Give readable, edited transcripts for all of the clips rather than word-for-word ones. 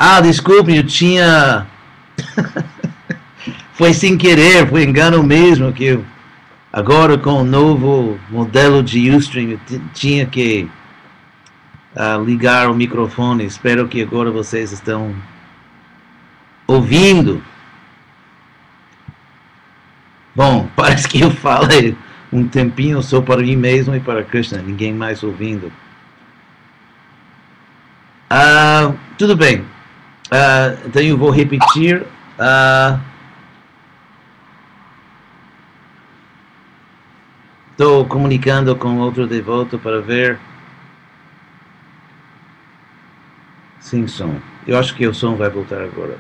Desculpe, eu tinha... Foi sem querer, foi engano mesmo, que eu, agora com o novo modelo de Ustream, eu tinha que ligar o microfone. Espero que agora vocês estão ouvindo. Bom, parece que eu falei um tempinho só para mim mesmo e para Krishna, ninguém mais ouvindo. Tudo bem. Então eu vou repetir. Estou comunicando com outro devoto para ver. Sem som. Eu acho que o som vai voltar agora.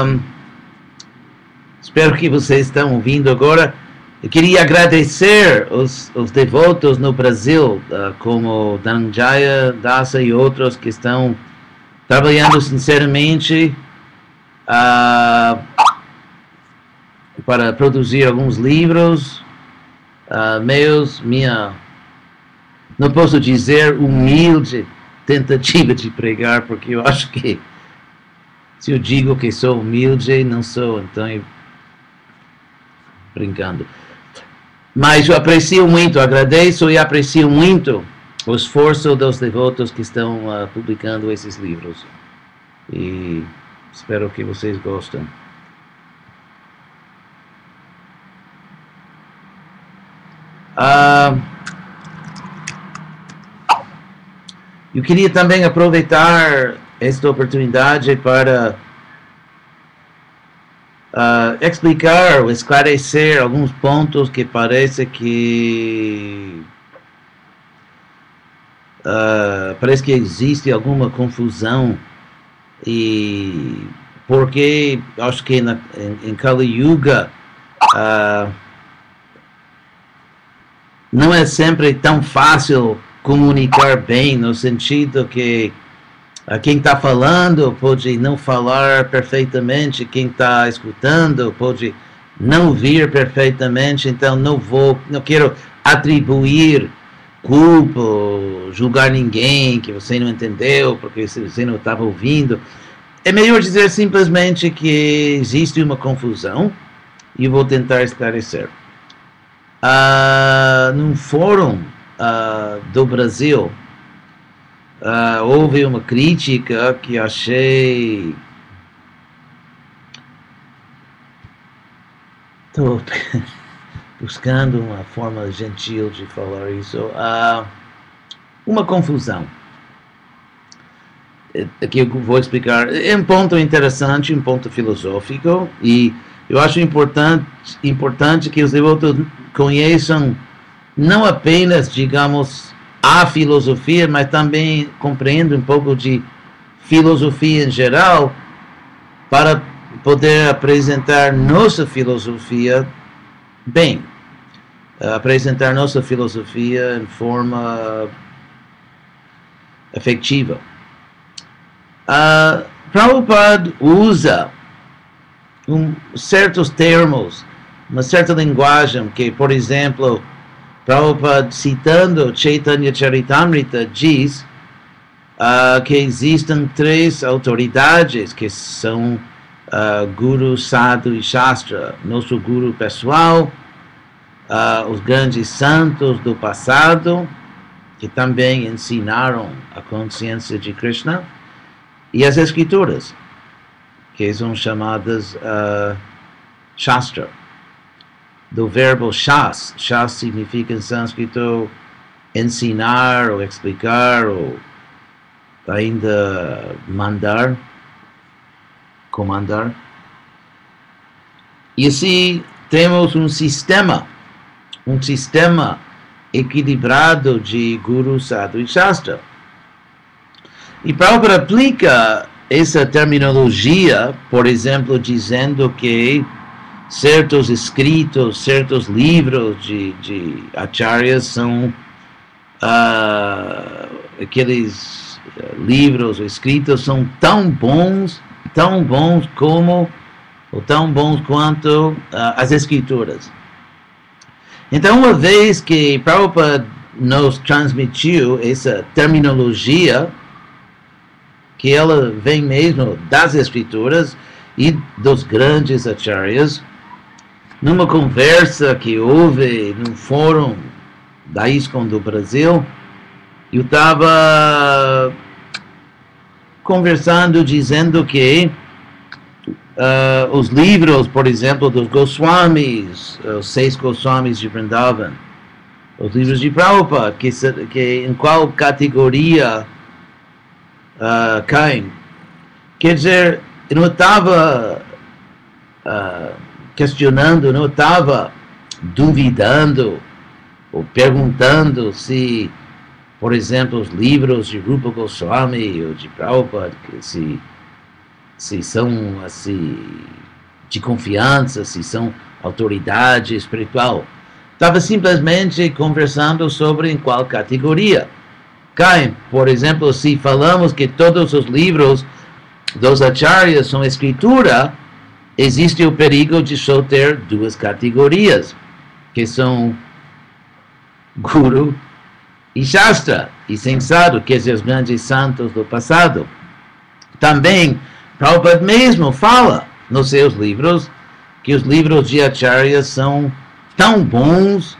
Espero que vocês estão ouvindo agora. Eu queria agradecer os devotos no Brasil, como Dhananjaya Dasa e outros que estão trabalhando sinceramente para produzir alguns livros não posso dizer humilde tentativa de pregar, porque eu acho que se eu digo que sou humilde, não sou, então brincando. Mas eu aprecio muito, agradeço e aprecio muito o esforço dos devotos que estão publicando esses livros. E espero que vocês gostem. Eu queria também aproveitar esta oportunidade para explicar ou esclarecer alguns pontos que parece que existe alguma confusão, e porque acho que em Kali Yuga não é sempre tão fácil comunicar bem, no sentido que quem está falando pode não falar perfeitamente, quem está escutando pode não ouvir perfeitamente, então não quero atribuir culpa, julgar ninguém que você não entendeu, porque você não estava ouvindo. É melhor dizer simplesmente que existe uma confusão, e eu vou tentar esclarecer. Num fórum do Brasil, houve uma crítica que achei... Estou buscando uma forma gentil de falar isso. Uma confusão. Aqui eu vou explicar. É um ponto interessante, um ponto filosófico, e eu acho importante que os devotos conheçam não apenas, digamos, a filosofia, mas também compreendam um pouco de filosofia em geral, para poder apresentar nossa filosofia bem. Apresentar nossa filosofia em forma efetiva. Prabhupada usa certos termos, uma certa linguagem que, por exemplo, Prabhupada, citando Chaitanya Charitamrita, diz que existem 3 autoridades que são Guru, Sadhu e Shastra. Nosso Guru pessoal, os grandes santos do passado, que também ensinaram a consciência de Krishna, e as escrituras, que são chamadas Shastra, do verbo shas. Shas significa em sânscrito ensinar, ou explicar, ou ainda mandar, comandar. E assim temos um sistema equilibrado de Guru, Sadhu e Shastra. E Prabhupada aplica essa terminologia, por exemplo, dizendo que certos escritos, certos livros de acharyas são aqueles livros ou escritos são tão bons como, ou tão bons quanto as escrituras. Então, uma vez que Prabhupada nos transmitiu essa terminologia, que ela vem mesmo das Escrituras e dos grandes acharyas. Numa conversa que houve num fórum da ISKCON do Brasil, eu estava conversando, dizendo que os livros, por exemplo, dos Goswamis, os 6 Goswamis de Vrindavan, os livros de Prabhupada, que em qual categoria caem. Quer dizer, eu não estava questionando, não estava duvidando ou perguntando se, por exemplo, os livros de Rupa Goswami ou de Prabhupada, se são assim, de confiança, se são autoridade espiritual. Estava simplesmente conversando sobre em qual categoria caem. Por exemplo, se falamos que todos os livros dos acharyas são escritura, existe o perigo de só ter 2 categorias, que são Guru e Shastra, e Sensado, que são os grandes santos do passado. Também, Prabhupada mesmo fala nos seus livros que os livros de acharyas são tão bons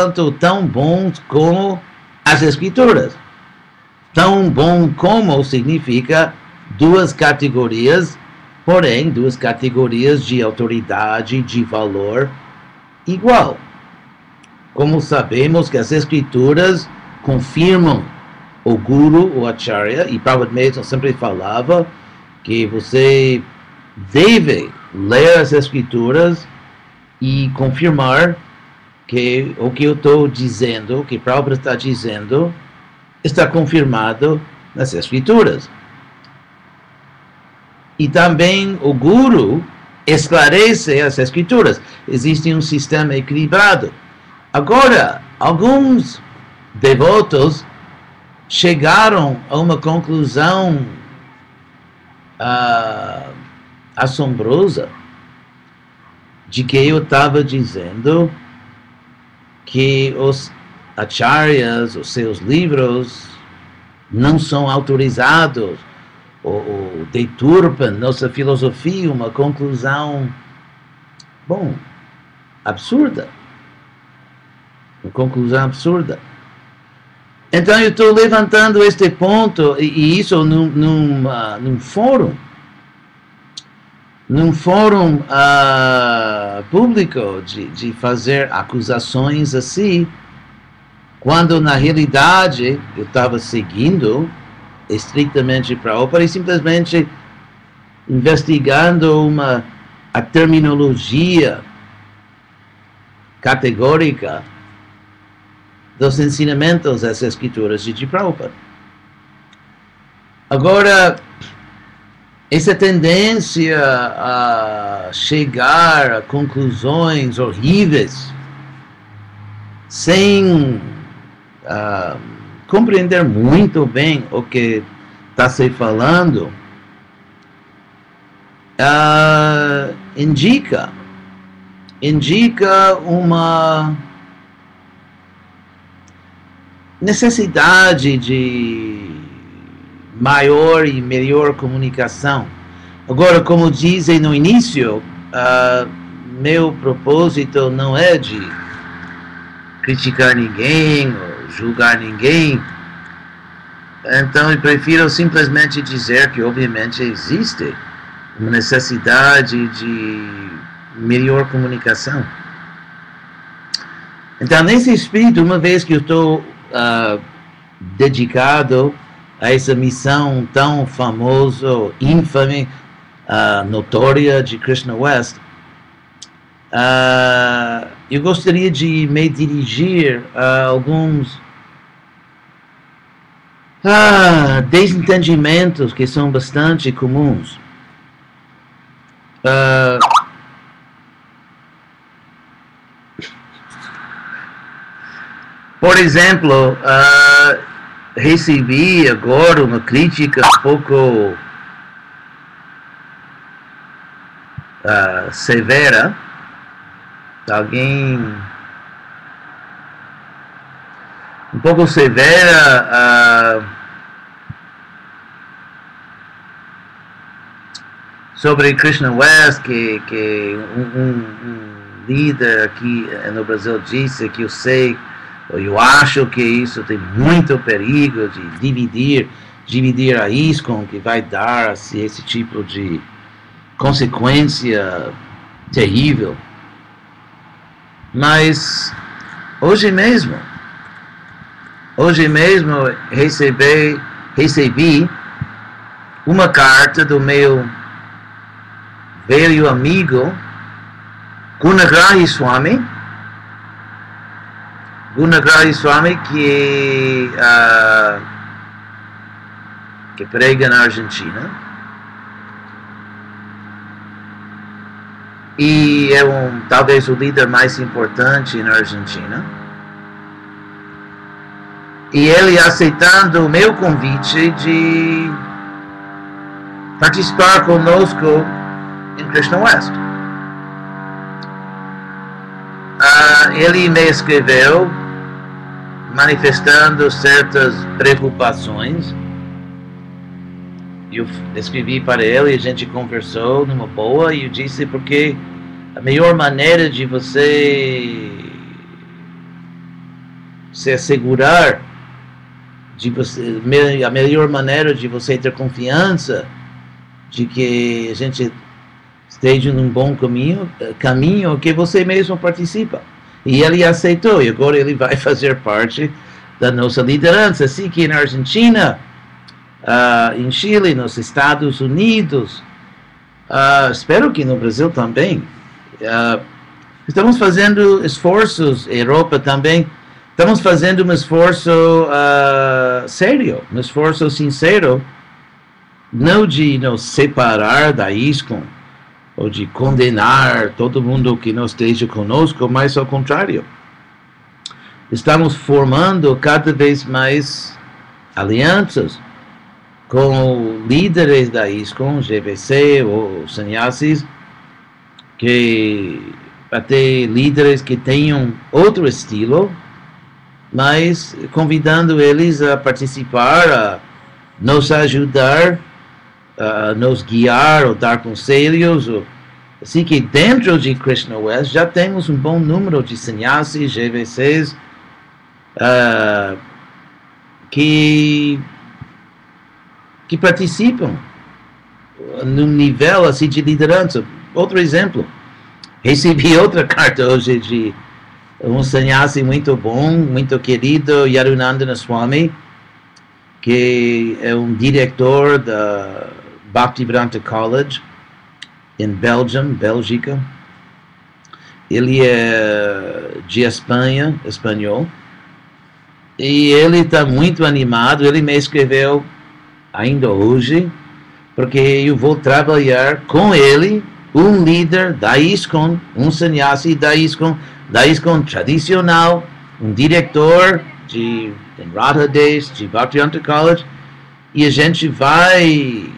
como as escrituras. Tão bom como significa 2 categorias, porém 2 categorias de autoridade, de valor igual. Como sabemos que as escrituras confirmam o Guru, o Acharya, e Prabhupada mesmo sempre falava que você deve ler as escrituras e confirmar que o que eu estou dizendo, o que Prabhupada está dizendo, está confirmado nas escrituras. E também o Guru esclarece as escrituras. Existe um sistema equilibrado. Agora, alguns devotos chegaram a uma conclusão assombrosa de que eu estava dizendo que os acharyas, os seus livros, não são autorizados ou deturpam nossa filosofia, uma conclusão, absurda. Uma conclusão absurda. Então eu estou levantando este ponto, e isso num fórum. Num fórum público de fazer acusações assim, quando na realidade eu estava seguindo estritamente Prabhupada e simplesmente investigando a terminologia categórica dos ensinamentos das escrituras de Prabhupada. Agora, essa tendência a chegar a conclusões horríveis sem compreender muito bem o que está se falando, indica uma necessidade de maior e melhor comunicação. Agora, como dizem no início, meu propósito não é de criticar ninguém ou julgar ninguém. Então eu prefiro simplesmente dizer que obviamente existe uma necessidade de melhor comunicação. Então, nesse espírito, uma vez que eu estou dedicado a essa missão tão famosa, ínfame, notória de Krishna West, eu gostaria de me dirigir a alguns desentendimentos que são bastante comuns. Por exemplo, recebi agora uma crítica um pouco severa de alguém sobre Krishna West, que um líder aqui no Brasil disse que eu acho que isso tem muito perigo de dividir a ISKCON, que vai dar assim, esse tipo de consequência terrível. Mas hoje mesmo recebi uma carta do meu velho amigo Gunagrahi Swami, que prega na Argentina, e é talvez o líder mais importante na Argentina, e ele aceitando o meu convite de participar conosco em Krishna West. Ele me escreveu manifestando certas preocupações. Eu escrevi para ele e a gente conversou numa boa, e eu disse porque a melhor maneira de você se assegurar a melhor maneira de você ter confiança de que a gente esteja num bom caminho que você mesmo participa. E ele aceitou, e agora ele vai fazer parte da nossa liderança, assim que na Argentina, em Chile, nos Estados Unidos, espero que no Brasil também. Estamos fazendo esforços, Europa também, estamos fazendo um esforço sério, um esforço sincero, não de nos separar da ISKCON, ou de condenar todo mundo que não esteja conosco, mas ao contrário. Estamos formando cada vez mais alianças com líderes da ISKCON, GBC ou sannyasis, que até líderes que tenham outro estilo, mas convidando eles a participar, a nos ajudar, a nos guiar ou dar conselhos. Assim que dentro de Krishna West já temos um bom número de sannyasis, GVCs, que participam num nível assim de liderança. Outro exemplo, recebi outra carta hoje de um sannyasi muito bom, muito querido, Yadunandana Swami, que é um diretor da Bhaktivedanta College em Bélgica. Ele é de Espanha, espanhol, e ele está muito animado. Ele me escreveu ainda hoje, porque eu vou trabalhar com ele, um líder da ISKCON, um sannyasi da ISKCON tradicional, um diretor de Radha Days, de Bhaktivedanta College, e a gente vai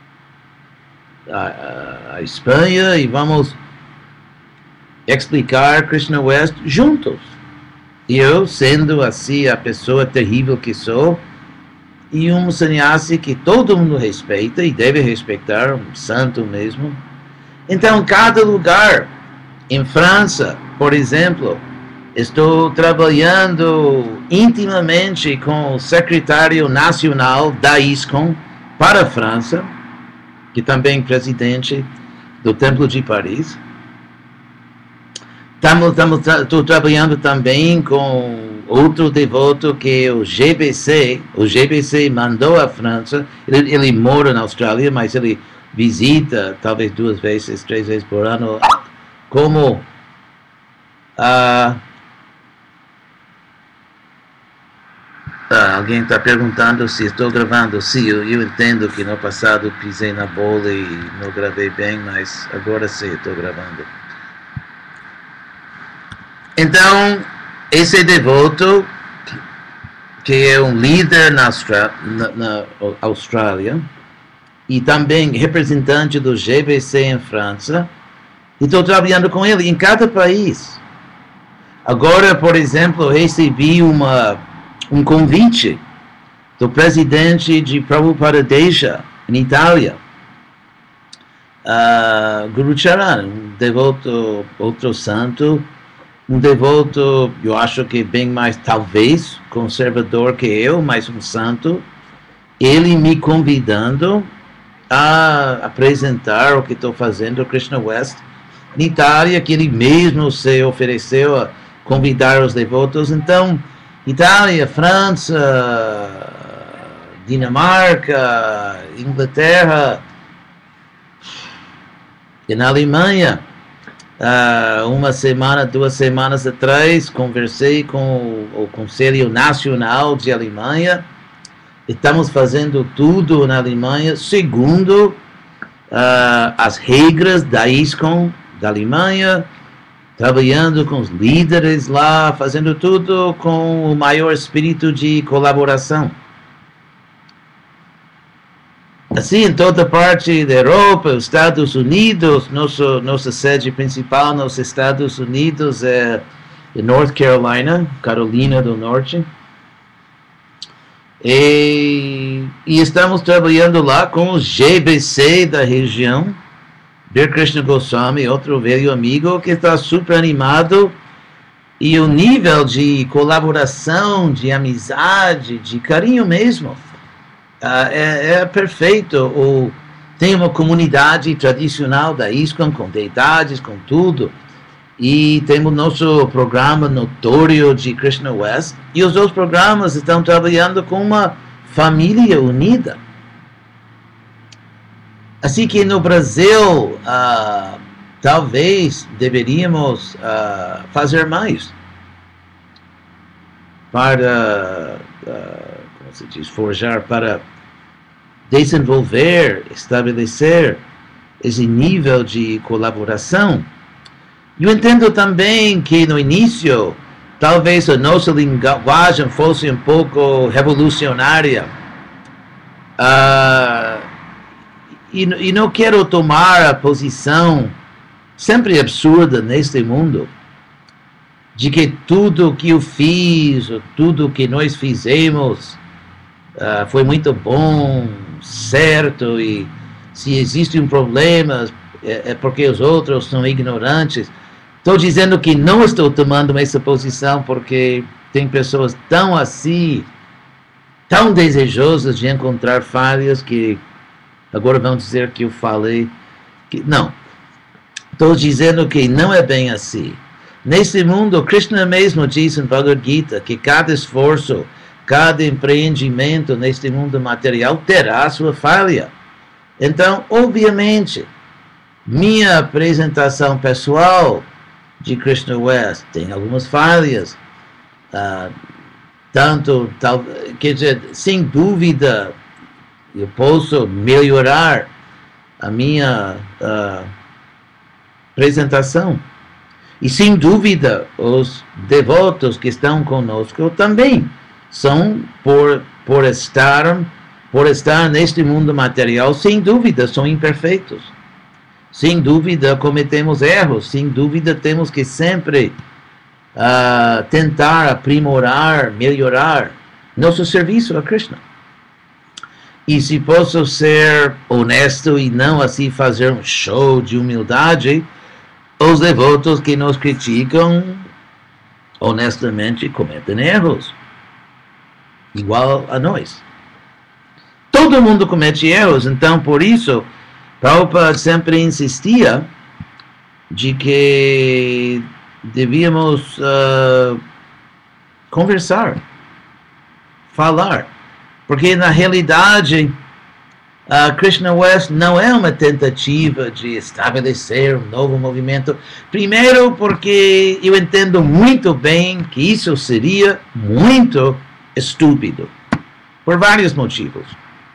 à Espanha e vamos explicar Krishna West juntos. E eu, sendo assim a pessoa terrível que sou, e um sannyasi que todo mundo respeita e deve respeitar, um santo mesmo. Então, cada lugar, em França, por exemplo, estou trabalhando intimamente com o secretário nacional da ISKCON para a França, que também é presidente do Templo de Paris. Estou trabalhando também com outro devoto que é o GBC. O GBC mandou à França. Ele mora na Austrália, mas ele visita talvez 2 vezes, 3 vezes por ano, como alguém está perguntando se estou gravando. Sim, eu entendo que no passado pisei na bola e não gravei bem, mas agora sim estou gravando. Então, esse devoto, que é um líder na Austrália, e também representante do GBC em França, e estou trabalhando com ele em cada país. Agora, por exemplo, recebi um convite do presidente de Prabhupada Desha, em Itália, Guru Charan, um devoto, outro santo, um devoto, eu acho que bem mais, talvez, conservador que eu, mas um santo, ele me convidando a apresentar o que estou fazendo, Krishna West, em Itália, que ele mesmo se ofereceu a convidar os devotos. Então, Itália, França, Dinamarca, Inglaterra, e na Alemanha, uma semana, 2 semanas atrás, conversei com o Conselho Nacional de Alemanha. Estamos fazendo tudo na Alemanha segundo as regras da ISKCON da Alemanha, trabalhando com os líderes lá, fazendo tudo com o maior espírito de colaboração. Assim, em toda parte da Europa, os Estados Unidos, nossa sede principal nos Estados Unidos é North Carolina, Carolina do Norte. E estamos trabalhando lá com os GBC da região, Bir Krishna Goswami, outro velho amigo que está super animado. E o nível de colaboração, de amizade, de carinho mesmo, é perfeito. Tem uma comunidade tradicional da ISKCON, com deidades, com tudo. E temos nosso programa notório de Krishna West. E os outros programas estão trabalhando com uma família unida. Assim que no Brasil, talvez deveríamos fazer mais para, como se diz, forjar, para desenvolver, estabelecer esse nível de colaboração. Eu entendo também que no início, talvez a nossa linguagem fosse um pouco revolucionária. E não quero tomar a posição sempre absurda neste mundo, de que tudo que eu fiz, ou tudo que nós fizemos, foi muito bom, certo, e se existem problemas, é porque os outros são ignorantes. Estou dizendo que não estou tomando essa posição porque tem pessoas tão assim, tão desejosas de encontrar falhas que agora vão dizer que eu falei. Não. Estou dizendo que não é bem assim. Nesse mundo, Krishna mesmo diz em Bhagavad Gita que cada esforço, cada empreendimento neste mundo material terá sua falha. Então, obviamente, minha apresentação pessoal de Krishna West tem algumas falhas, quer dizer, sem dúvida, eu posso melhorar a minha apresentação. E sem dúvida, os devotos que estão conosco também são, por estar neste mundo material, sem dúvida, são imperfeitos. Sem dúvida, cometemos erros. Sem dúvida, temos que sempre tentar aprimorar, melhorar nosso serviço a Krishna. E se posso ser honesto e não assim fazer um show de humildade, os devotos que nos criticam, honestamente, cometem erros. Igual a nós. Todo mundo comete erros, então por isso Prabhupada sempre insistia de que devíamos conversar, falar, porque na realidade Krishna West não é uma tentativa de estabelecer um novo movimento. Primeiro porque eu entendo muito bem que isso seria muito estúpido, por vários motivos.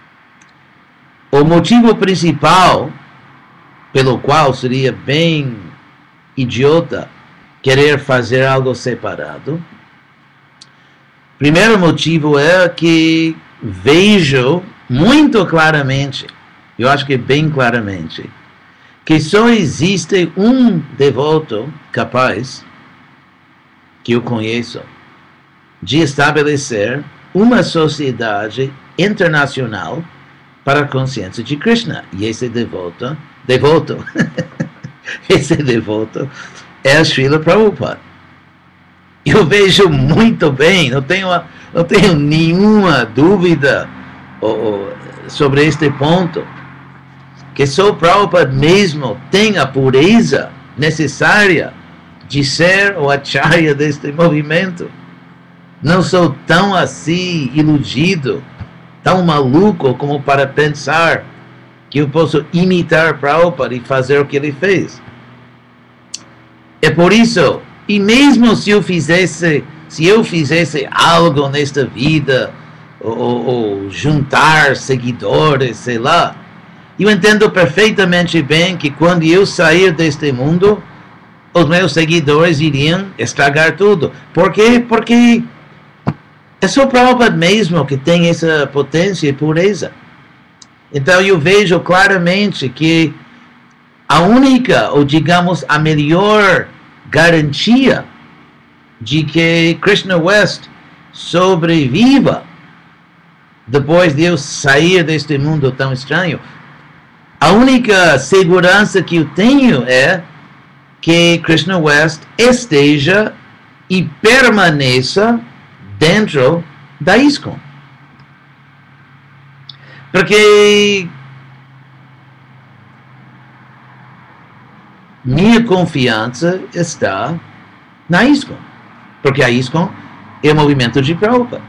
O motivo principal pelo qual seria bem idiota querer fazer algo separado, primeiro motivo é que vejo muito claramente, eu acho que bem claramente, que só existe um devoto capaz, que eu conheço, de estabelecer uma sociedade internacional para a consciência de Krishna. E esse devoto devoto, esse devoto é Srila Prabhupada. Eu vejo muito bem, não tenho nenhuma dúvida sobre este ponto, que só Prabhupada mesmo tem a pureza necessária de ser o acharya deste movimento. Não sou tão assim iludido, tão maluco como para pensar que eu posso imitar Prabhupada e fazer o que ele fez. É por isso, e mesmo se eu fizesse algo nesta vida, ou juntar seguidores, sei lá, eu entendo perfeitamente bem que quando eu sair deste mundo, os meus seguidores iriam estragar tudo. Por quê? Porque é só Prabhupada mesmo que tem essa potência e pureza. Então eu vejo claramente que a única, ou digamos, a melhor garantia de que Krishna West sobreviva depois de eu sair deste mundo tão estranho, a única segurança que eu tenho é que Krishna West esteja e permaneça dentro da ISKCON. Porque minha confiança está na ISKCON. Porque a ISKCON é o movimento de Prabhupada.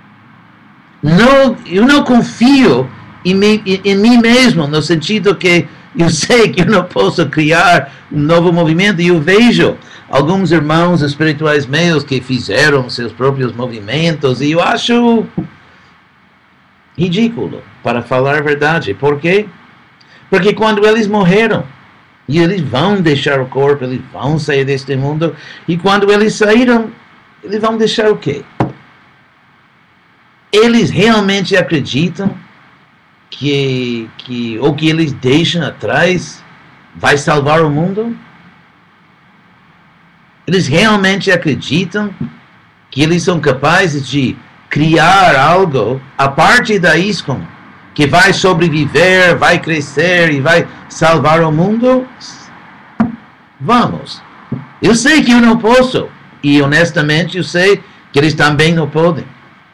Eu não confio em mim mesmo, no sentido que eu sei que eu não posso criar um novo movimento, e eu vejo alguns irmãos espirituais meus que fizeram seus próprios movimentos, e eu acho ridículo, para falar a verdade. Por quê? Porque quando eles morreram, e eles vão deixar o corpo, eles vão sair deste mundo, e quando eles saíram, eles vão deixar o quê? Eles realmente acreditam que o que eles deixam atrás vai salvar o mundo? Eles realmente acreditam que eles são capazes de criar algo a parte da ISKCON que vai sobreviver, vai crescer e vai salvar o mundo? Vamos. Eu sei que eu não posso, e honestamente eu sei que eles também não podem.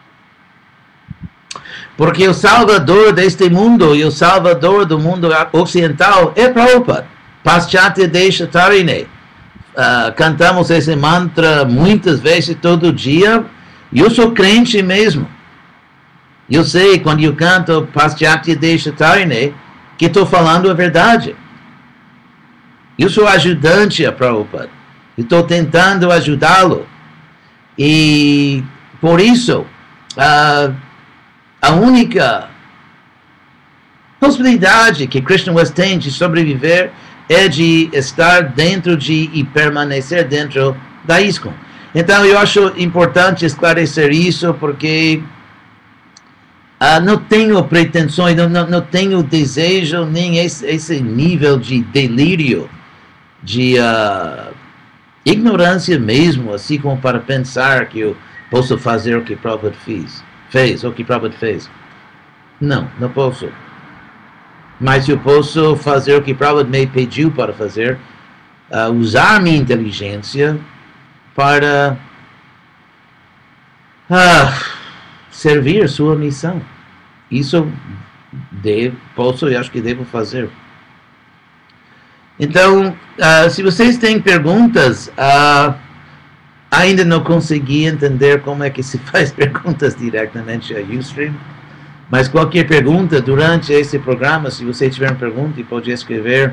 Porque o salvador deste mundo e o salvador do mundo ocidental é Prabhupada. Paschatya Desha Tarine. Cantamos esse mantra muitas vezes todo dia. E eu sou crente mesmo. Eu sei, quando eu canto Paschatya Desha Tarine, que estou falando a verdade. Eu sou ajudante a Prabhupada. Estou tentando ajudá-lo. E por isso, a única possibilidade que Krishna West tem de sobreviver é de estar dentro e permanecer dentro da ISKCON. Então eu acho importante esclarecer isso, porque não tenho pretensões, não tenho desejo, nem esse nível de delírio, de ignorância mesmo, assim como para pensar que eu posso fazer o que Prabhupada fez, o que Prabhupada fez. Não posso. Mas eu posso fazer o que Prabhupada me pediu para fazer, usar minha inteligência para servir sua missão. Isso posso e acho que devo fazer. Então, se vocês têm perguntas, ainda não consegui entender como é que se faz perguntas diretamente a Ustream, mas qualquer pergunta durante esse programa, se você tiver uma pergunta, pode escrever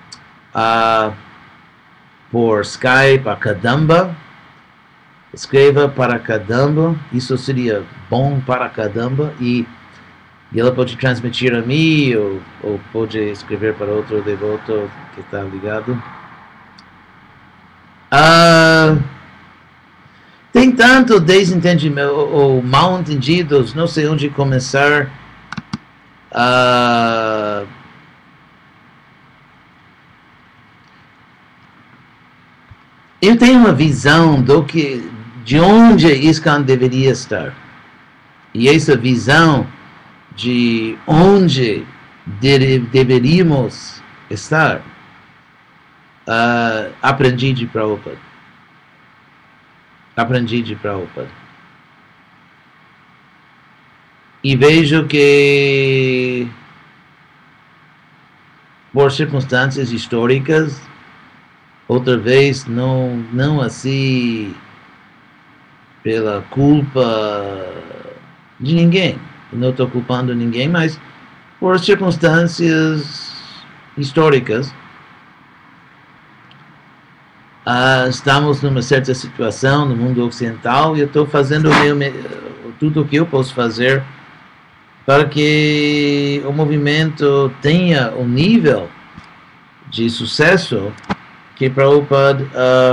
por Skype a Kadamba. Escreva para Kadamba, isso seria bom para Kadamba, e ela pode transmitir a mim, ou pode escrever para outro devoto que está ligado. Tem tanto desentendimento, ou mal entendidos, não sei onde começar. Eu tenho uma visão de onde ISKCON deveria estar. E essa visão de onde deveríamos estar. Aprendi de Prabhupada. E vejo que, por circunstâncias históricas, outra vez, não assim pela culpa de ninguém. Não estou culpando ninguém, mas por circunstâncias históricas, estamos numa certa situação no mundo ocidental e eu estou fazendo tudo o que eu posso fazer para que o movimento tenha um nível de sucesso que Prabhupada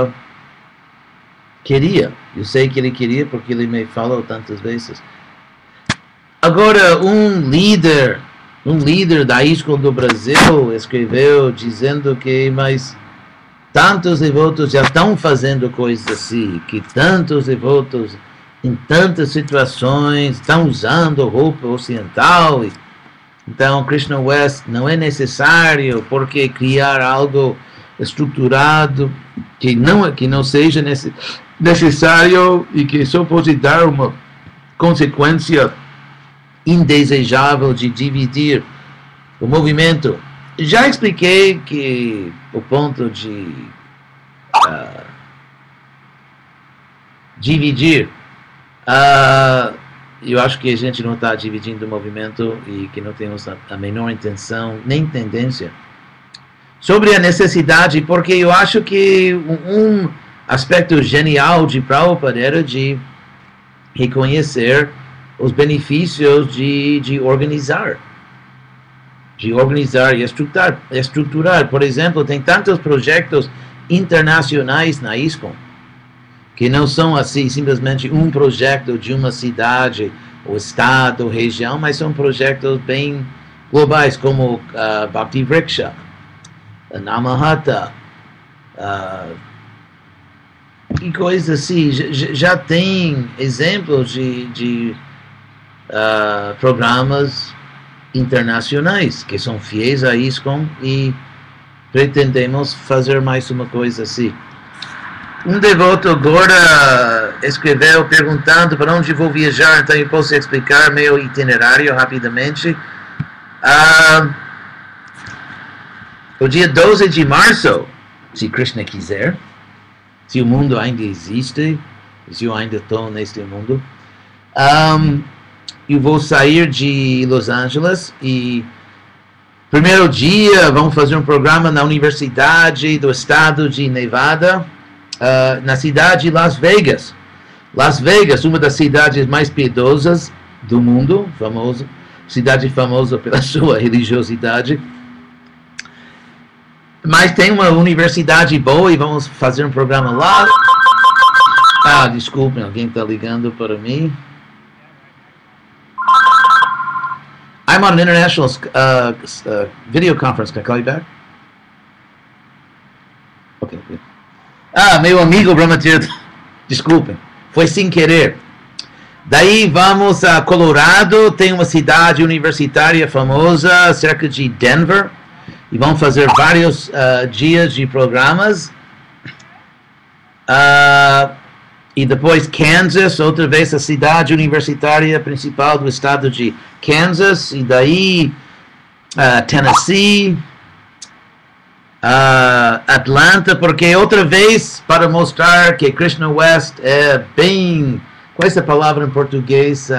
queria. Eu sei que ele queria porque ele me falou tantas vezes. Agora, um líder da ISKCON do Brasil escreveu dizendo que mas tantos devotos já estão fazendo coisas assim, que tantos devotos em tantas situações estão usando roupa ocidental. Então, Krishna West não é necessário porque criar algo estruturado que não seja necessário e que só pode dar uma consequência indesejável de dividir o movimento. Já expliquei que o ponto de dividir, eu acho que a gente não está dividindo o movimento e que não temos a menor intenção, nem tendência, sobre a necessidade, porque eu acho que um aspecto genial de Prabhupada era de reconhecer os benefícios de organizar e estruturar. Por exemplo, tem tantos projetos internacionais na ISKCON que não são assim simplesmente um projeto de uma cidade, ou estado, ou região, mas são projetos bem globais, como Bhakti Vriksha, Namahata, e coisas assim. Já tem exemplos de programas internacionais que são fiéis a ISKCON e pretendemos fazer mais uma coisa assim. Um devoto agora escreveu perguntando para onde vou viajar, então eu posso explicar meu itinerário rapidamente. O dia 12 de março, se Krishna quiser, se o mundo ainda existe, se eu ainda estou neste mundo, eu vou sair de Los Angeles e primeiro dia vamos fazer um programa na Universidade do Estado de Nevada, na cidade de Las Vegas. Las Vegas, uma das cidades mais piedosas do mundo, cidade famosa pela sua religiosidade. Mas tem uma universidade boa e vamos fazer um programa lá. Desculpem, alguém está ligando para mim. I'm on an international video conference. Can I call you back? Okay. Meu amigo Brahmatirtha, desculpem, foi sem querer. Daí vamos a Colorado, tem uma cidade universitária famosa, cerca de Denver, e vamos fazer vários dias de programas. E depois Kansas, outra vez a cidade universitária principal do estado de Kansas, e daí Tennessee, Atlanta, porque outra vez para mostrar que Krishna West é bem, qual é essa palavra em português?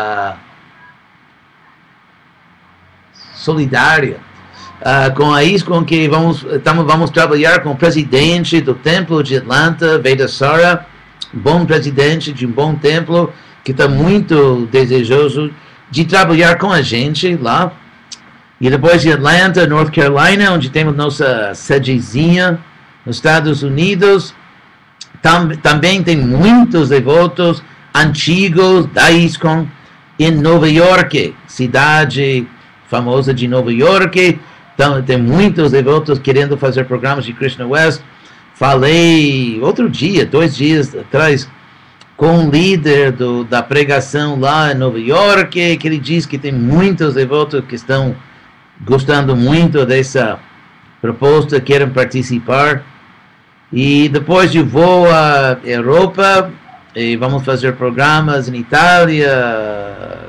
Solidária. Com a ISKCON, que vamos trabalhar com o presidente do templo de Atlanta, Vedasara, bom presidente de um bom templo, que está muito desejoso de trabalhar com a gente lá. E depois de Atlanta, North Carolina, onde temos nossa sedezinha, nos Estados Unidos, também tem muitos devotos antigos da ISKCON em Nova York, cidade famosa de Nova York. Então, tem muitos devotos querendo fazer programas de Krishna West. Falei outro dia, 2 dias atrás, com um líder da pregação lá em Nova York, que ele diz que tem muitos devotos que estão gostando muito dessa proposta, querem participar. E depois eu vou à Europa e vamos fazer programas em Itália,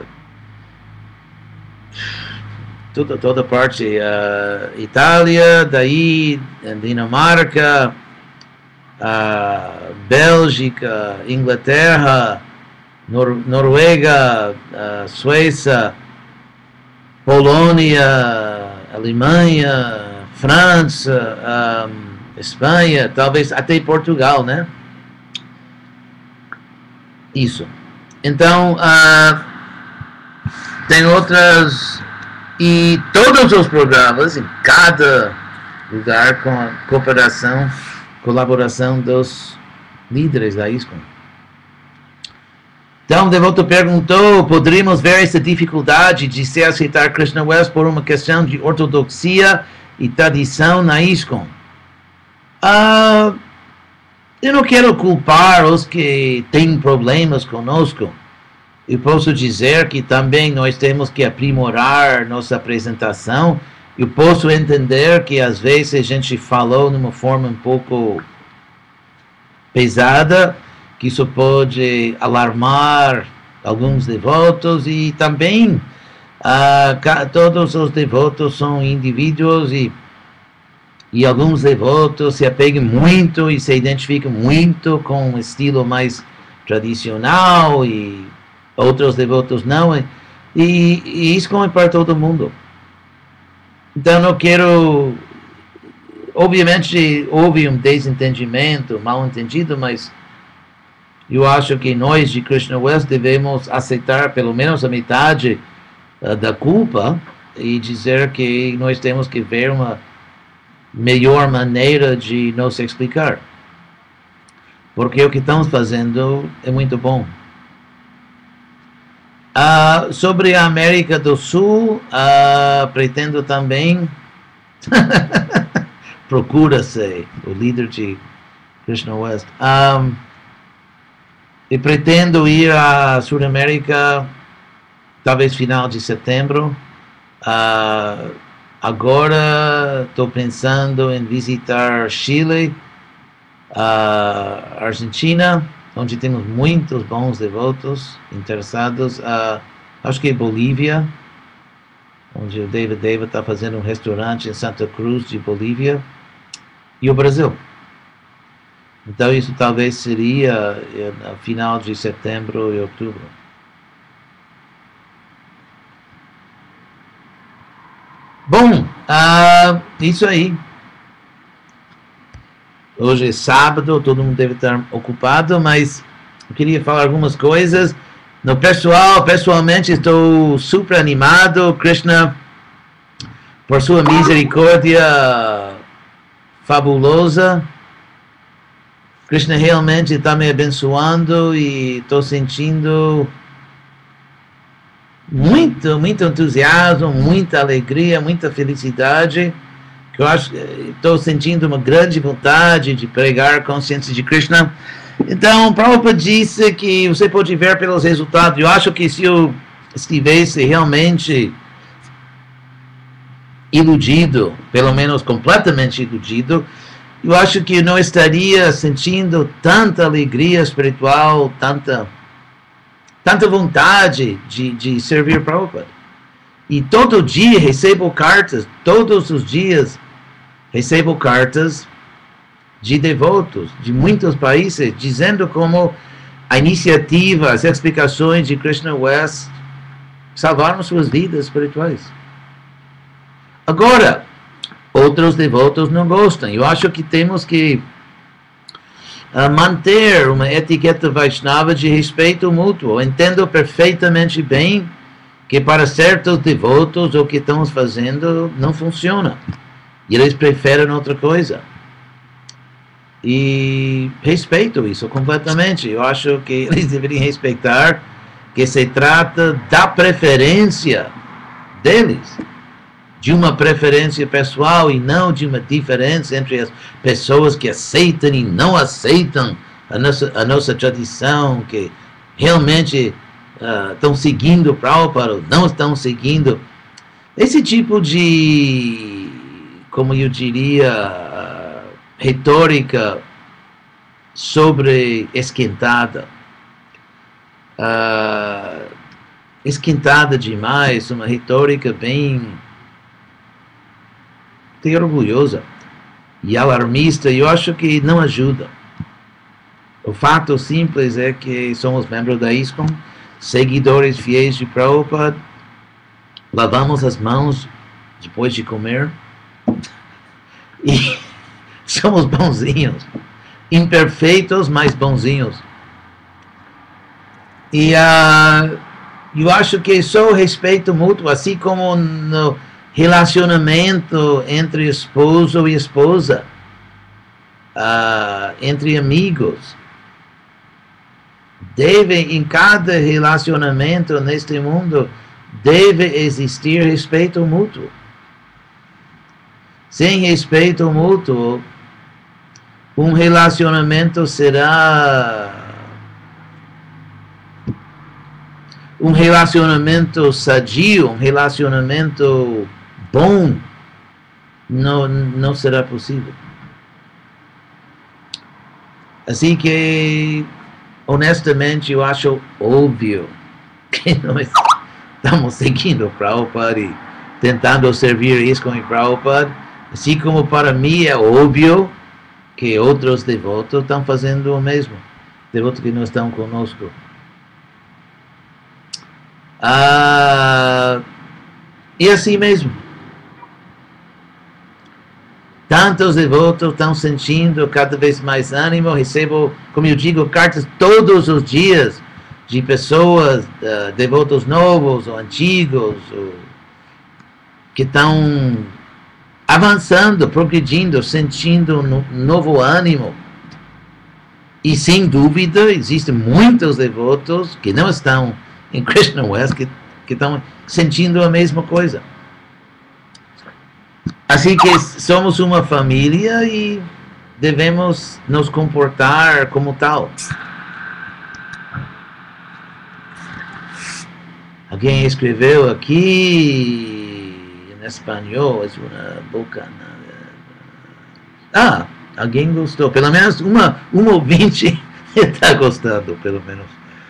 toda parte, Itália, daí Dinamarca, Bélgica, Inglaterra, Noruega, Suécia, Polônia, Alemanha, França, Espanha, talvez até Portugal, né? Isso. Então, tem outras... E todos os programas, em cada lugar, com a colaboração dos líderes da ISKCON. Então, o devoto perguntou, poderíamos ver essa dificuldade de se aceitar Krishna West por uma questão de ortodoxia e tradição na ISKCON? Eu não quero culpar os que têm problemas conosco. Eu posso dizer que também nós temos que aprimorar nossa apresentação. Eu posso entender que às vezes a gente falou de uma forma um pouco pesada, que isso pode alarmar alguns devotos, e também todos os devotos são indivíduos e alguns devotos se apegam muito e se identificam muito com um estilo mais tradicional e outros devotos não, e isso é para todo mundo. Então não quero, obviamente houve um desentendimento, mal entendido, mas eu acho que nós de Krishna West devemos aceitar pelo menos a metade da culpa e dizer que nós temos que ver uma melhor maneira de nos explicar, porque o que estamos fazendo é muito bom. Sobre a América do Sul, pretendo também procura-se o líder de Krishna West, e pretendo ir à Sudamérica talvez final de setembro. Agora estou pensando em visitar Chile, Argentina, onde temos muitos bons devotos interessados. Acho que Bolívia, onde o Deva Deva está fazendo um restaurante em Santa Cruz de Bolívia, e o Brasil. Então isso talvez seria no final de setembro e outubro. Bom, isso aí. Hoje é sábado, todo mundo deve estar ocupado, mas eu queria falar algumas coisas. No pessoalmente estou super animado. Krishna, por sua misericórdia fabulosa, Krishna realmente está me abençoando e estou sentindo muito entusiasmo, muita alegria, muita felicidade. Eu estou sentindo uma grande vontade de pregar a consciência de Krishna. Então, Prabhupada disse que você pode ver pelos resultados. Eu acho que se eu estivesse realmente iludido, pelo menos completamente iludido, eu acho que eu não estaria sentindo tanta alegria espiritual, tanta vontade de servir Prabhupada. E todo dia recebo cartas, todos os dias recebo cartas de devotos de muitos países, dizendo como a iniciativa, as explicações de Krishna West salvaram suas vidas espirituais. Agora, outros devotos não gostam. Eu acho que temos que manter uma etiqueta Vaishnava de respeito mútuo. Eu entendo perfeitamente bem que para certos devotos o que estamos fazendo não funciona. E eles preferem outra coisa. E respeito isso completamente. Eu acho que eles deveriam respeitar que se trata da preferência deles, de uma preferência pessoal e não de uma diferença entre as pessoas que aceitam e não aceitam a nossa tradição, que realmente estão seguindo o Prabhupada ou não estão seguindo. Esse tipo de como eu diria, retórica sobre esquentada. Esquentada demais, uma retórica bem orgulhosa e alarmista, eu acho que não ajuda. O fato simples é que somos membros da ISKCON, seguidores fiéis de Prabhupada, lavamos as mãos depois de comer e somos bonzinhos, imperfeitos, mas bonzinhos. E eu acho que só o respeito mútuo, assim como no relacionamento entre esposo e esposa, entre amigos, deve, em cada relacionamento neste mundo, deve existir respeito mútuo. Sem respeito mútuo, um relacionamento será um relacionamento sadio, um relacionamento bom, não será possível. Assim que, honestamente, eu acho óbvio que nós estamos seguindo o Prabhupada e tentando servir isso com o Prabhupada, assim como para mim é óbvio que outros devotos estão fazendo o mesmo, devotos que não estão conosco. E assim mesmo, tantos devotos estão sentindo cada vez mais ânimo. Recebo, como eu digo, cartas todos os dias de pessoas, devotos novos ou antigos, que estão avançando, progredindo, sentindo um novo ânimo. E sem dúvida, existem muitos devotos que não estão em Krishna West, que estão sentindo a mesma coisa. Assim que somos uma família e devemos nos comportar como tal. Alguém escreveu aqui em espanhol, é uma boca. Alguém gostou. Pelo menos uma ouvinte está gostando, pelo menos.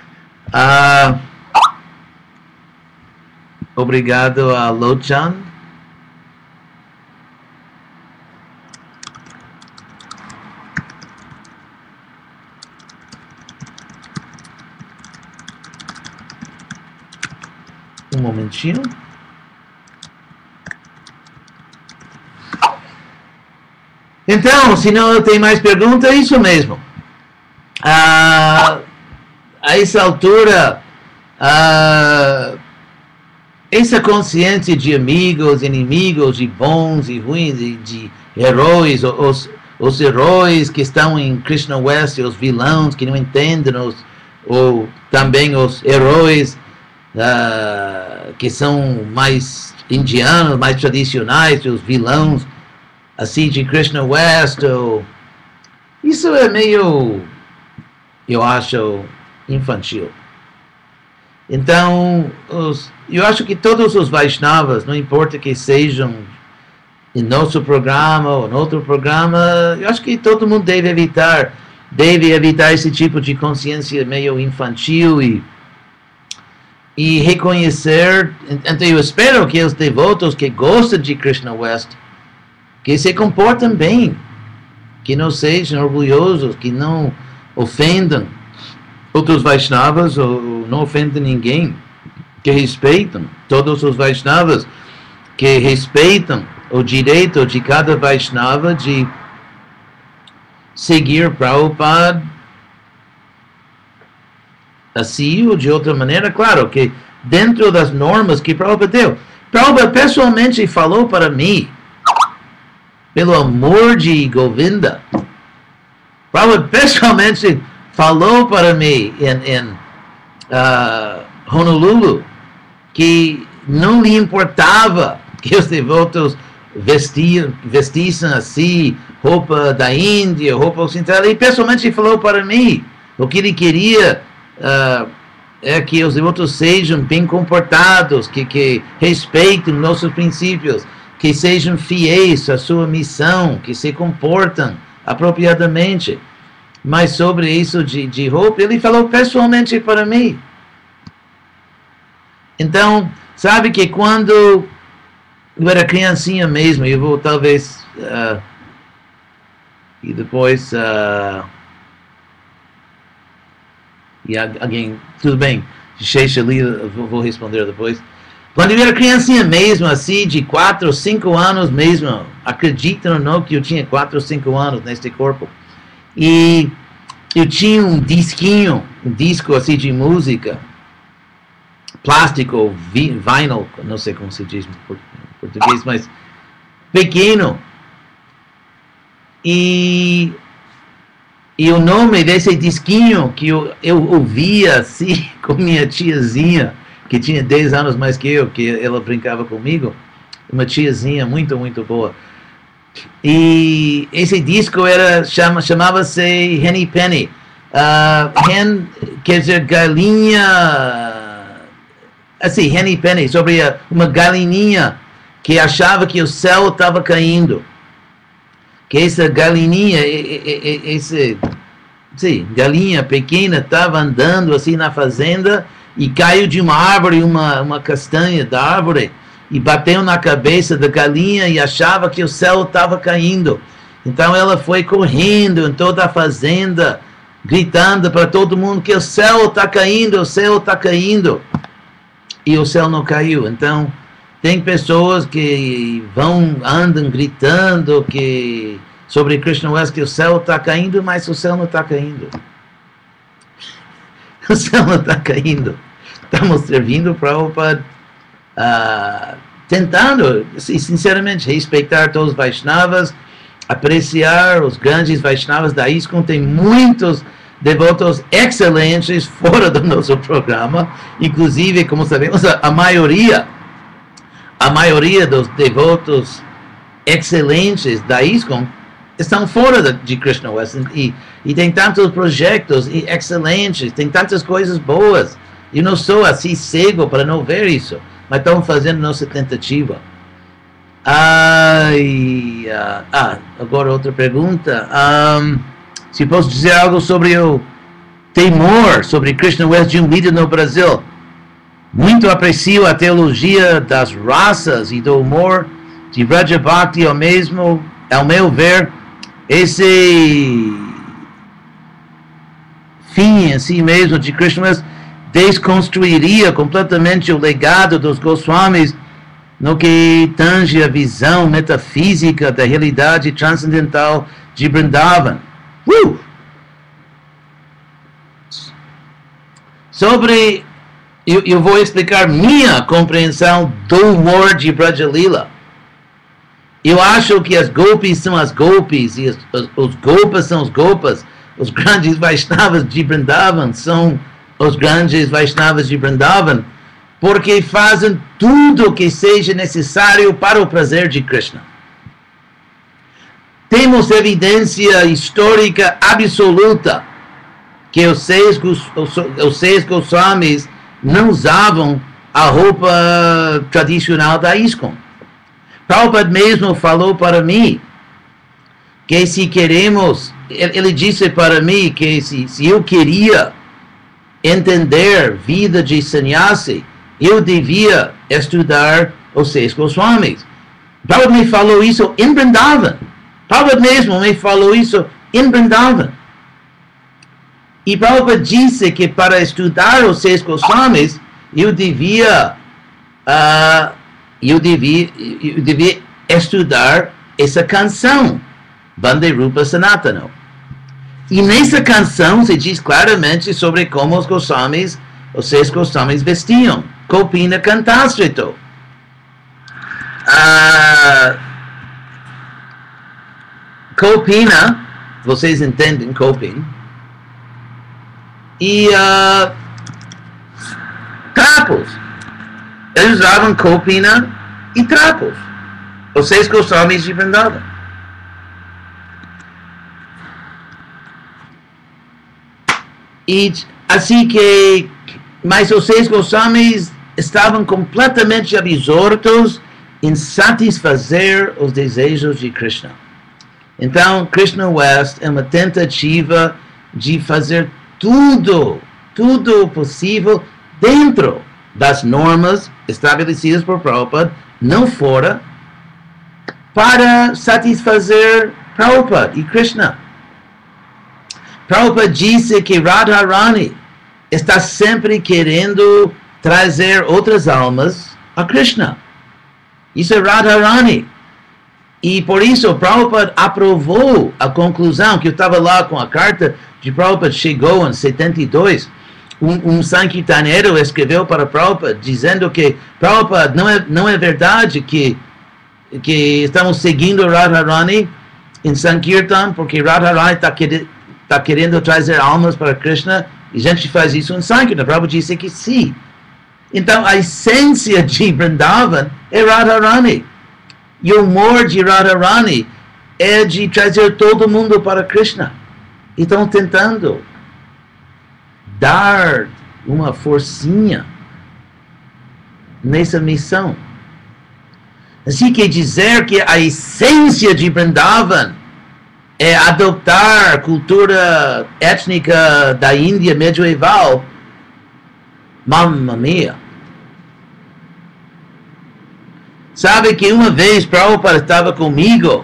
Obrigado a Lochan. Um momentinho. Então, se não tem mais perguntas, é isso mesmo. A essa altura, essa consciência de amigos, inimigos, de bons e ruins, de heróis, os heróis que estão em Krishna West, os vilões que não entendem, ou também os heróis que são mais indianos, mais tradicionais, os vilões assim de Krishna West. Isso é meio, eu acho, infantil. Então, eu acho que todos os Vaishnavas, não importa que sejam em nosso programa ou em outro programa, eu acho que todo mundo deve evitar esse tipo de consciência meio infantil e reconhecer. Então, eu espero que os devotos que gostam de Krishna West, que se comportem bem, que não sejam orgulhosos, que não ofendam outros Vaishnavas ou não ofendem ninguém, que respeitam todos os Vaishnavas, que respeitam o direito de cada Vaishnava de seguir Prabhupada assim ou de outra maneira, claro, que dentro das normas que Prabhupada deu. Prabhupada pessoalmente falou para mim, pelo amor de Govinda, Prabhupada pessoalmente falou para mim em Honolulu que não lhe importava que os devotos vestissem assim, roupa da Índia, roupa ocidental. Ele pessoalmente falou para mim, o que ele queria é que os devotos sejam bem comportados, que respeitem nossos princípios, que sejam fiéis à sua missão, que se comportam apropriadamente. Mas sobre isso de roupa, ele falou pessoalmente para mim. Então, sabe que quando eu era criancinha mesmo, eu vou talvez... e depois... e alguém... Tudo bem, Sheisha ali, vou responder depois. Quando eu era criancinha mesmo, assim, de 4 ou 5 anos mesmo, acreditam ou não que eu tinha 4 ou 5 anos neste corpo. E eu tinha um disco assim de música, plástico, vinyl, não sei como se diz em português, mas pequeno. E o nome desse disquinho que eu ouvia assim com minha tiazinha, que tinha 10 anos mais que eu, que ela brincava comigo, uma tiazinha muito, muito boa. E esse disco chamava-se Henny Penny. Hen quer dizer galinha, assim, Henny Penny, sobre uma galinha que achava que o céu estava caindo. Que essa galinha, galinha pequena estava andando assim na fazenda e caiu de uma árvore, uma castanha da árvore, e bateu na cabeça da galinha e achava que o céu estava caindo. Então ela foi correndo em toda a fazenda, gritando para todo mundo que o céu está caindo, o céu está caindo. E o céu não caiu. Então, tem pessoas que andam gritando sobre Krishna West que o céu está caindo, mas o céu não está caindo. O céu não está caindo. Estamos servindo Prabhupada, tentando, sinceramente, respeitar todos os Vaishnavas, apreciar os grandes Vaishnavas da ISKCON. Tem muitos devotos excelentes fora do nosso programa, inclusive, como sabemos, a maioria dos devotos excelentes da ISKCON estão fora de Krishna West, e tem tantos projetos excelentes, tem tantas coisas boas. Eu não sou assim cego para não ver isso, mas estamos fazendo nossa tentativa. Agora outra pergunta. Se posso dizer algo sobre o temor sobre Krishna West de um líder no Brasil. Muito aprecio a teologia das raças e do humor de Vraja Bhakti, ao meu ver, esse fim em si mesmo de Krishna West desconstruiria completamente o legado dos Goswamis no que tange a visão metafísica da realidade transcendental de Vrindavan. Eu vou explicar minha compreensão do humor de Braja Lila. Eu acho que as gopis são as gopis e os gopas são os gopas. Os grandes Vaishnavas de Vrindavan são os grandes Vaishnavas de Vrindavan, porque fazem tudo o que seja necessário para o prazer de Krishna. Temos evidência histórica absoluta que os seis Goswamis não usavam a roupa tradicional da ISKCON. Prabhupada mesmo falou para mim que se queremos, ele disse para mim que se eu queria entender vida de sannyasi, eu devia estudar os 6 Goswamis. Prabhupada me falou isso em Vrindavan. Prabhupada mesmo me falou isso em Vrindavan. E Prabhupada disse que para estudar os 6 Goswamis, eu devia estudar essa canção, Vande Rupa Sanatana. E nessa canção se diz claramente sobre como os 6 Goswamis vestiam. Kopina Kantastrito. Kopina, vocês entendem Kopin. E trapos. Eles usavam Kopina e trapos. Os 6 Goswamis de Vrindavan. E assim que, mas os 6 Goswamis estavam completamente absortos em satisfazer os desejos de Krishna. Então, Krishna West é uma tentativa de fazer tudo possível dentro das normas estabelecidas por Prabhupada, não fora, para satisfazer Prabhupada e Krishna. Prabhupada disse que Radharani está sempre querendo trazer outras almas a Krishna. Isso é Radharani. E por isso Prabhupada aprovou a conclusão, que eu estava lá com a carta de Prabhupada, chegou em 72, um Sankirtaneiro escreveu para Prabhupada, dizendo que Prabhupada não é verdade que estamos seguindo Radharani em Sankirtan, porque Radharani está querendo trazer almas para Krishna, e a gente faz isso em Sankirtan. Prabhupada disse que sim. Então a essência de Vrindavan é Radharani. E o humor de Radharani é de trazer todo mundo para Krishna. E estão tentando dar uma forcinha nessa missão. Assim que dizer que a essência de Vrindavan é adotar a cultura étnica da Índia medieval, mamma mia. Sabe que uma vez Prabhupada estava comigo,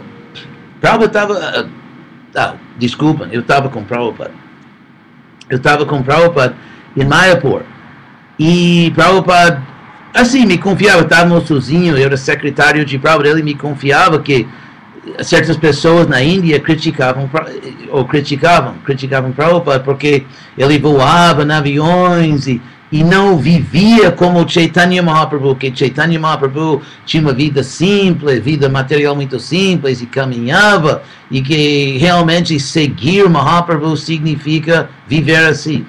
desculpa, eu estava com Prabhupada. Eu estava com Prabhupada em Mayapur. E Prabhupada, assim, me confiava, estávamos sozinhos, eu era secretário de Prabhupada, ele me confiava que certas pessoas na Índia criticavam Prabhupada porque ele voava em aviões e não vivia como Chaitanya Mahaprabhu, que Chaitanya Mahaprabhu tinha uma vida simples, vida material muito simples, e caminhava, e que realmente seguir Mahaprabhu significa viver assim.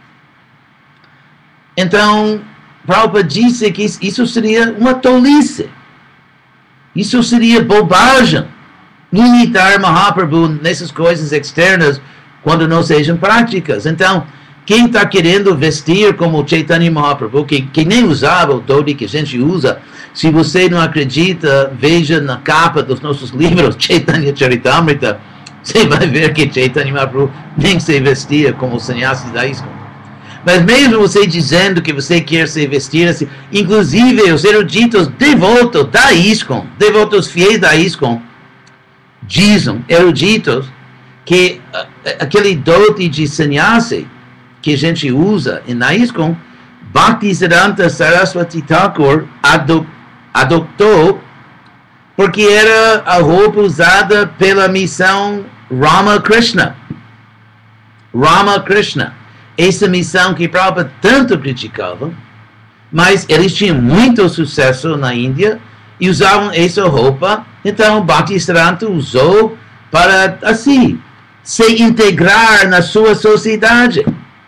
Então, Prabhupada disse que isso seria uma tolice, isso seria bobagem, imitar Mahaprabhu nessas coisas externas quando não sejam práticas. Então, quem está querendo vestir como Chaitanya Mahaprabhu, que nem usava o dhoti que a gente usa, se você não acredita, veja na capa dos nossos livros, Chaitanya Charitamrita, você vai ver que Chaitanya Mahaprabhu nem se vestia como sannyasi da ISKCON. Mas mesmo você dizendo que você quer se vestir assim, inclusive os eruditos devotos da ISKCON, devotos fiéis da ISKCON, dizem, eruditos, que aquele dhoti de sannyasi que a gente usa na ISKCON, Bhaktisiddhanta Saraswati Thakur adotou porque era a roupa usada pela missão Ramakrishna. Essa missão que Prabhupada tanto criticava, mas eles tinham muito sucesso na Índia e usavam essa roupa. Então Bhaktisiddhanta usou para, assim, se integrar na sua sociedade.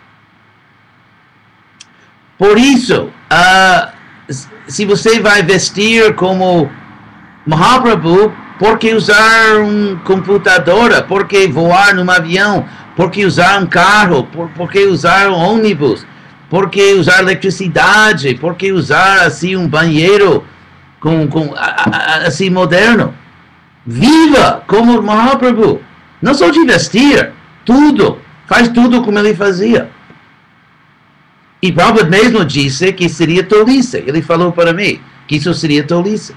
Por isso, se você vai vestir como Mahaprabhu, por que usar um computadora? Por que voar num avião? Por que usar um carro? Por que usar um ônibus? Por que usar eletricidade? Por que usar assim um banheiro assim moderno? Viva como Mahaprabhu! Não só de vestir, tudo. Faz tudo como ele fazia. E Prabhupada mesmo disse que seria tolice. Ele falou para mim que isso seria tolice.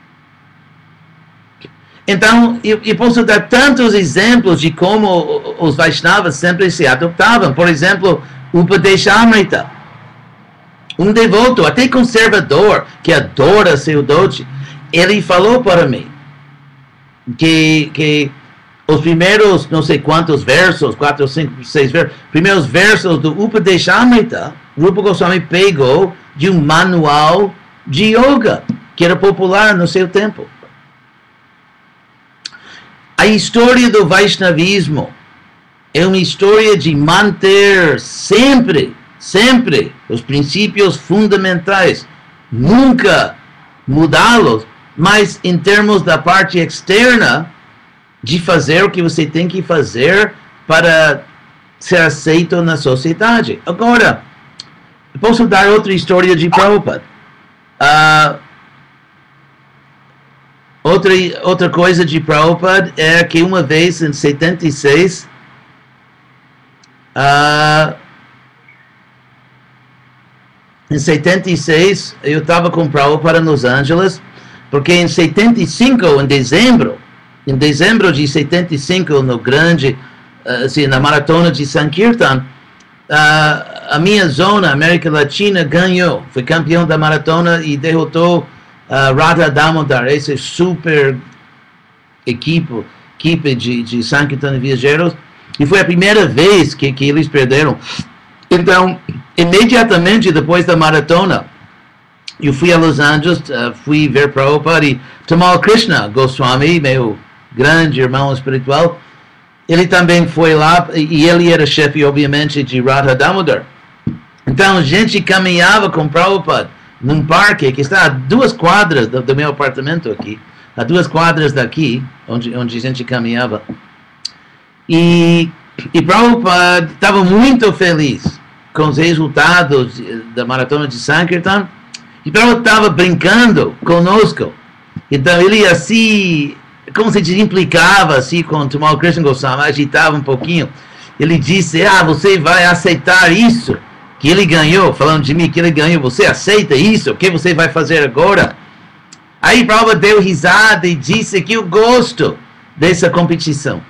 Então, eu posso dar tantos exemplos de como os Vaishnavas sempre se adoptavam. Por exemplo, Upadeshamrita. Um devoto, até conservador, que adora seu dhoti, ele falou para mim que os primeiros, não sei quantos versos, 4, 5, 6 versos, primeiros versos do Upadeshamrita, Rupa Goswami pegou de um manual de yoga, que era popular no seu tempo. A história do Vaishnavismo é uma história de manter sempre os princípios fundamentais, nunca mudá-los, mas em termos da parte externa, de fazer o que você tem que fazer para ser aceito na sociedade. Agora, eu posso dar outra história de Prabhupada. Outra coisa de Prabhupada é que uma vez em 76, eu estava com Prabhupada em Los Angeles, porque em 75, em dezembro de 75, no grande, assim, na maratona de Sankirtan, a minha zona, América Latina, ganhou, foi campeão da maratona e derrotou Radha Damodar, esse super equipe de Sankirtan e Viajeiros, e foi a primeira vez que eles perderam. Então, imediatamente depois da maratona, eu fui a Los Angeles, fui ver Prabhupada e Tamal Krishna Goswami, meu grande irmão espiritual, ele também foi lá e ele era chefe, obviamente, de Radha Damodar. Então, a gente caminhava com Prabhupada num parque que está a 2 quadras do meu apartamento aqui, a 2 quadras daqui, onde a gente caminhava. E Prabhupada estava muito feliz com os resultados da maratona de Sankirtan. E Prabhupada estava brincando conosco. Então ele assim, como se implicava assim com o Tamal Krishna Goswami, agitava um pouquinho. Ele disse, você vai aceitar isso que ele ganhou, falando de mim que ele ganhou, você aceita isso? O que você vai fazer agora? Aí Prabhupada deu risada e disse que eu gosto dessa competição.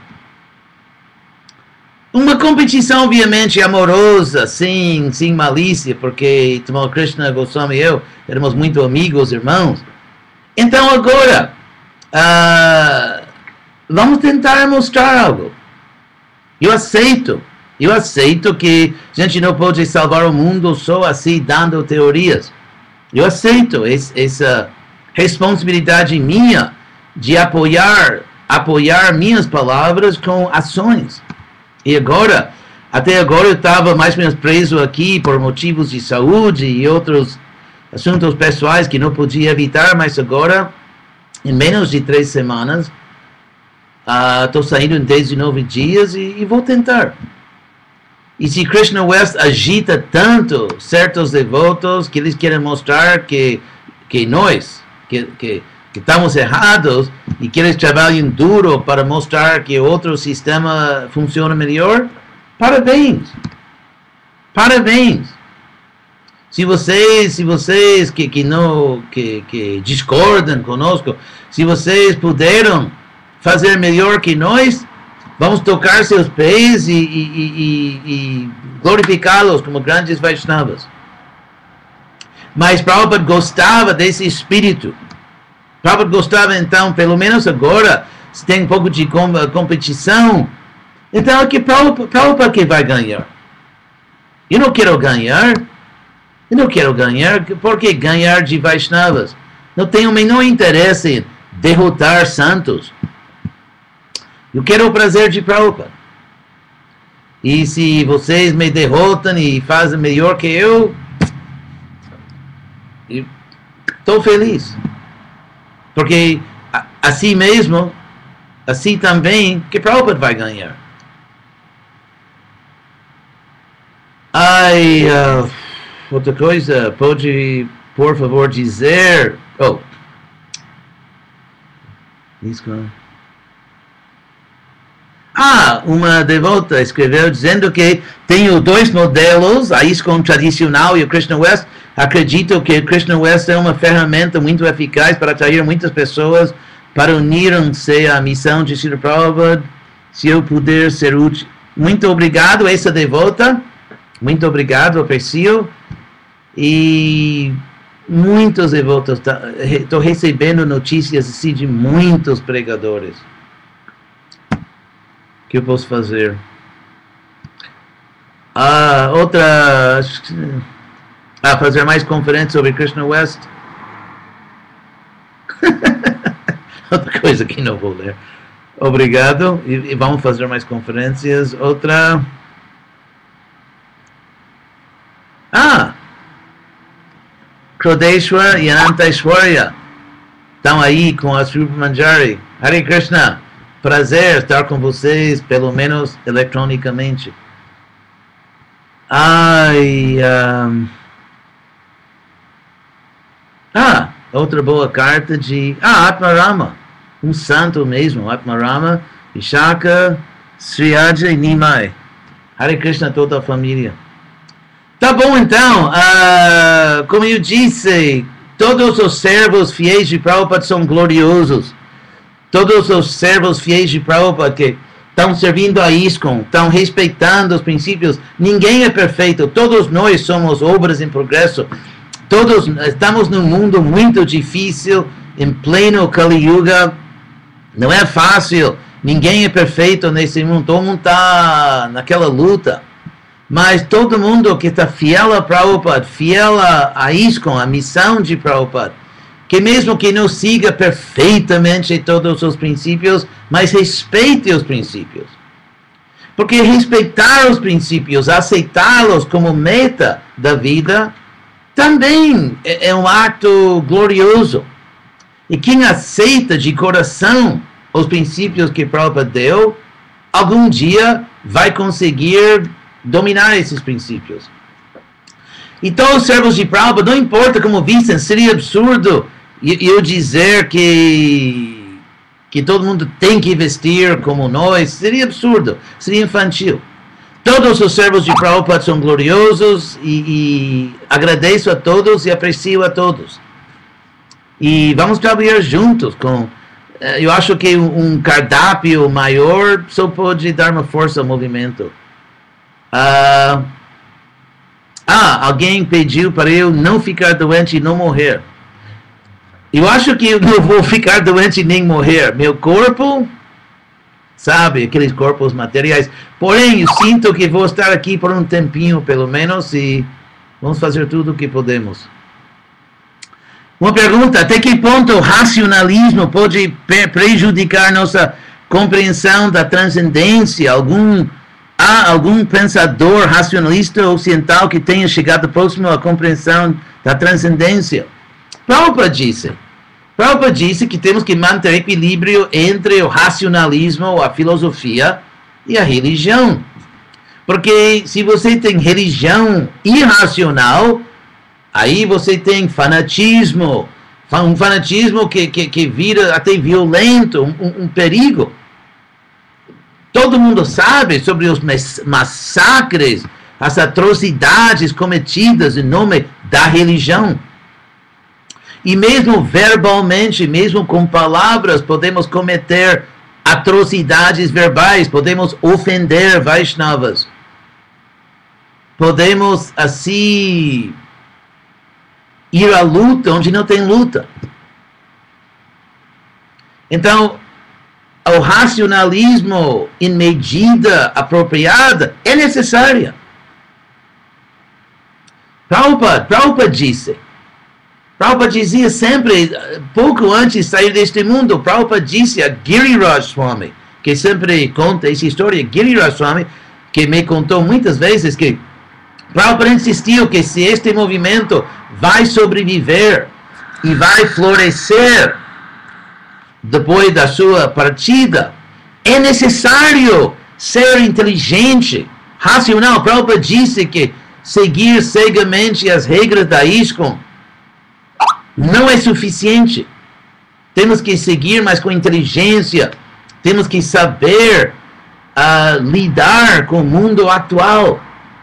Uma competição, obviamente, amorosa, sem malícia, porque Tamal Krishna Goswami e eu éramos muito amigos, irmãos. Então agora, vamos tentar mostrar algo. Eu aceito que a gente não pode salvar o mundo só assim, dando teorias. Eu aceito essa responsabilidade minha de apoiar minhas palavras com ações. E agora, até agora eu estava mais ou menos preso aqui por motivos de saúde e outros assuntos pessoais que não podia evitar, mas agora, em menos de 3 semanas, estou saindo em 19 dias e vou tentar. E se Krishna West agita tanto certos devotos que eles querem mostrar que nós, que estamos errados e que eles trabalham duro para mostrar que outro sistema funciona melhor, parabéns. Parabéns. Se vocês que discordam conosco, se vocês puderam fazer melhor que nós, vamos tocar seus pés e glorificá-los como grandes Vaishnavas. Mas Prabhupada gostava desse espírito. Prabhupada gostava, então, pelo menos agora, se tem um pouco de competição, então é que Prabhupada que vai ganhar. Eu não quero ganhar, porque ganhar de Vaishnavas. Não tenho o menor interesse em derrotar santos. Eu quero o prazer de Prabhupada. E se vocês me derrotam e fazem melhor que eu estou feliz. Porque assim mesmo, assim também, que Prabhupada vai ganhar. Outra coisa, pode, por favor, dizer... uma devota escreveu dizendo que tenho 2 modelos, a ISKCON tradicional e o Krishna West. Acredito que o Krishna West é uma ferramenta muito eficaz para atrair muitas pessoas para unirem-se à missão de Srila Prabhupada, se eu puder ser útil. Muito obrigado, essa devota. Muito obrigado, aprecio. E muitos devotos, estou recebendo notícias assim de muitos pregadores. O que eu posso fazer? Fazer mais conferências sobre Krishna West. Outra coisa que não vou ler. Obrigado. E vamos fazer mais conferências. Outra. Krodeshwar e Anantashwarya estão aí com a Sri Manjari. Hare Krishna. Prazer estar com vocês, pelo menos eletronicamente. Outra boa carta de Atmarama. um santo mesmo, Atmarama, Vishaka, Sriaja e Nimai. Hare Krishna, toda a família. Tá bom, então, como eu disse, todos os servos fiéis de Prabhupada são gloriosos. Todos os servos fiéis de Prabhupada que estão servindo a ISKCON, estão respeitando os princípios. Ninguém é perfeito, todos nós somos obras em progresso. Todos estamos num mundo muito difícil, em pleno Kali Yuga. Não é fácil, ninguém é perfeito nesse mundo, todo mundo está naquela luta. Mas todo mundo que está fiel a Prabhupada, fiel a ISKCON, a missão de Prabhupada, que mesmo que não siga perfeitamente todos os princípios, mas respeite os princípios. Porque respeitar os princípios, aceitá-los como meta da vida, também é um ato glorioso. E quem aceita de coração os princípios que Prabhupada deu, algum dia vai conseguir dominar esses princípios. Então, os servos de Prabhupada, não importa como vistem, seria absurdo eu dizer que todo mundo tem que vestir como nós, seria absurdo, seria infantil. Todos os servos de Prabhupada são gloriosos e agradeço a todos e aprecio a todos. E vamos trabalhar juntos com... Eu acho que um cardápio maior só pode dar uma força ao movimento. Alguém pediu para eu não ficar doente e não morrer. Eu acho que eu não vou ficar doente nem morrer. Meu corpo, sabe, aqueles corpos materiais. Porém, eu sinto que vou estar aqui por um tempinho, pelo menos, e vamos fazer tudo o que podemos. Uma pergunta: até que ponto o racionalismo pode prejudicar nossa compreensão da transcendência? Há algum pensador racionalista ocidental que tenha chegado próximo à compreensão da transcendência? Prabhupada disse que temos que manter equilíbrio entre o racionalismo, a filosofia e a religião. Porque se você tem religião irracional, aí você tem fanatismo, um fanatismo que vira até violento, um perigo. Todo mundo sabe sobre os massacres, as atrocidades cometidas em nome da religião. E mesmo verbalmente, mesmo com palavras, podemos cometer atrocidades verbais, podemos ofender Vaishnavas. Podemos, assim, ir à luta onde não tem luta. Então, o racionalismo em medida apropriada é necessária. Prabhupada dizia sempre, pouco antes de sair deste mundo, Prabhupada disse a Giriraj Swami, que sempre conta essa história, Giriraj Swami, que me contou muitas vezes que Prabhupada insistiu que se este movimento vai sobreviver e vai florescer depois da sua partida, é necessário ser inteligente, racional. Prabhupada disse que seguir cegamente as regras da ISKCON não é suficiente. Temos que seguir, mas com inteligência. Temos que saber lidar com o mundo atual.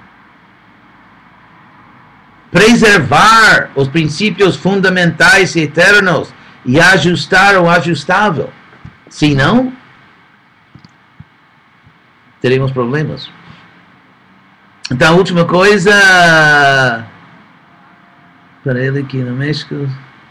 Preservar os princípios fundamentais e eternos e ajustar o ajustável. Senão, teremos problemas. Então, a última coisa, para ele aqui no México.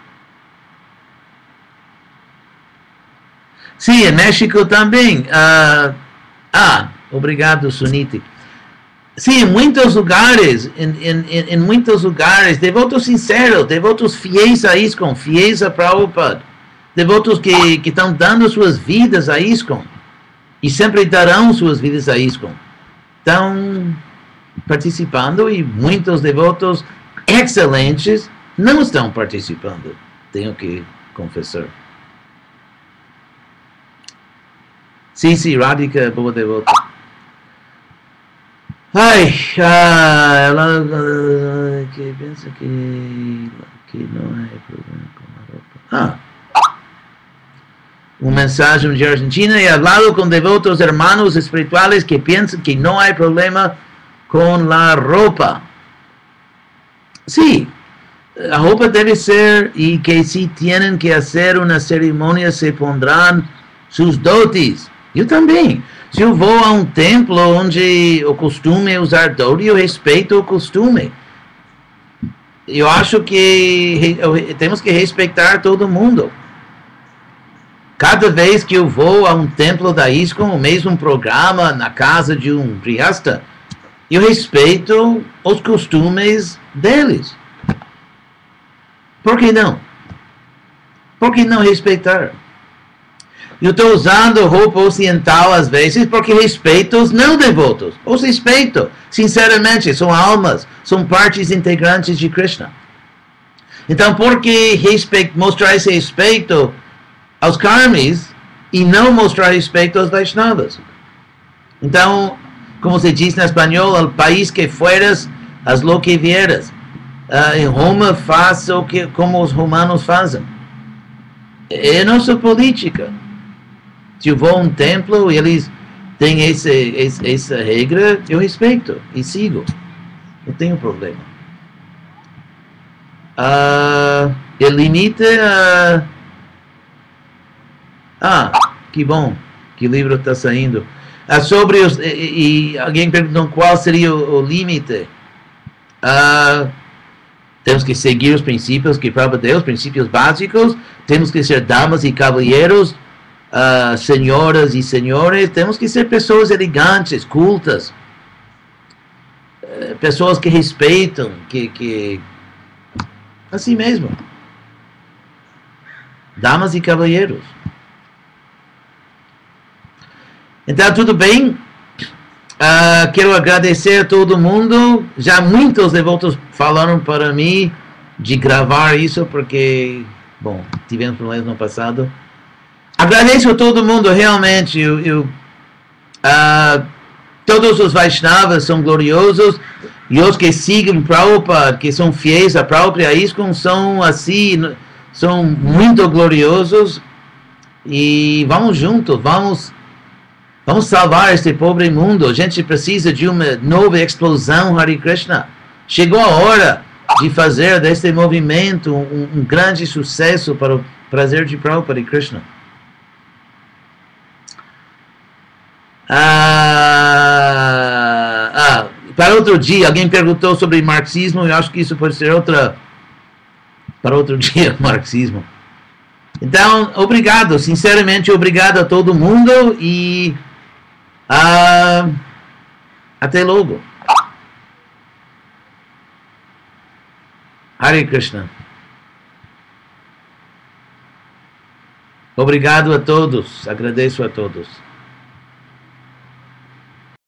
Sim, em México também. Obrigado, Suniti. Sim, em muitos lugares, em muitos lugares, devotos sinceros, devotos fiéis a ISKCON, fiéis a Prabhupada, devotos que estão dando suas vidas a ISKCON e sempre darão suas vidas a ISKCON, estão participando, e muitos devotos excelentes não estão participando, tenho que confessar. Sim, Radhika, boa devota. Ela que pensa que não é problema com a roupa. uma mensagem de Argentina, he hablado con devotos hermanos espirituales que piensan que no hay problema con la ropa. Sí, la ropa debe ser, y que si tienen que hacer una ceremonia se pondrán sus dotes. Eu também. Se eu vou a um templo onde o costume é usar dote, eu respeito o costume. Eu acho que temos que respeitar todo mundo. Cada vez que eu vou a um templo da ISKCON, o mesmo programa na casa de um Grihasta, eu respeito os costumes deles. Por que não? Por que não respeitar? Eu estou usando roupa ocidental às vezes porque respeito os não devotos. Os respeito, sinceramente, são almas, são partes integrantes de Krishna. Então, por que mostrar esse respeito aos karmis e não mostrar respeito aos Vaishnavas? Então, como se diz na espanhol, ao país que fueras, haz lo que vieras. Em Roma, faça como os romanos fazem. É nossa política. Se eu vou a um templo e eles têm essa regra, eu respeito e sigo. Não tenho problema. O limite... que bom que o livro está saindo. Sobre os... E alguém perguntou qual seria o limite. Temos que seguir os princípios que Prabhupada deu, os princípios básicos. Temos que ser damas e cavalheiros, senhoras e senhores. Temos que ser pessoas elegantes, cultas. Pessoas que respeitam, que... Assim mesmo. Damas e cavalheiros. Então, tudo bem. Quero agradecer a todo mundo. Já muitos devotos falaram para mim de gravar isso, porque, bom, tivemos problemas no passado. Agradeço a todo mundo, realmente. Todos os Vaishnavas são gloriosos, e os que sigam Prabhupada, que são fiéis à própria ISKCON, são assim, são muito gloriosos. E vamos juntos, vamos salvar este pobre mundo. A gente precisa de uma nova explosão, Hare Krishna. Chegou a hora de fazer deste movimento um grande sucesso para o prazer de Prabhupada e Krishna. Para outro dia, alguém perguntou sobre marxismo. Eu acho que isso pode ser para outro dia, marxismo. Então, obrigado, sinceramente, obrigado a todo mundo e até logo. Hare Krishna. Obrigado a todos, agradeço a todos.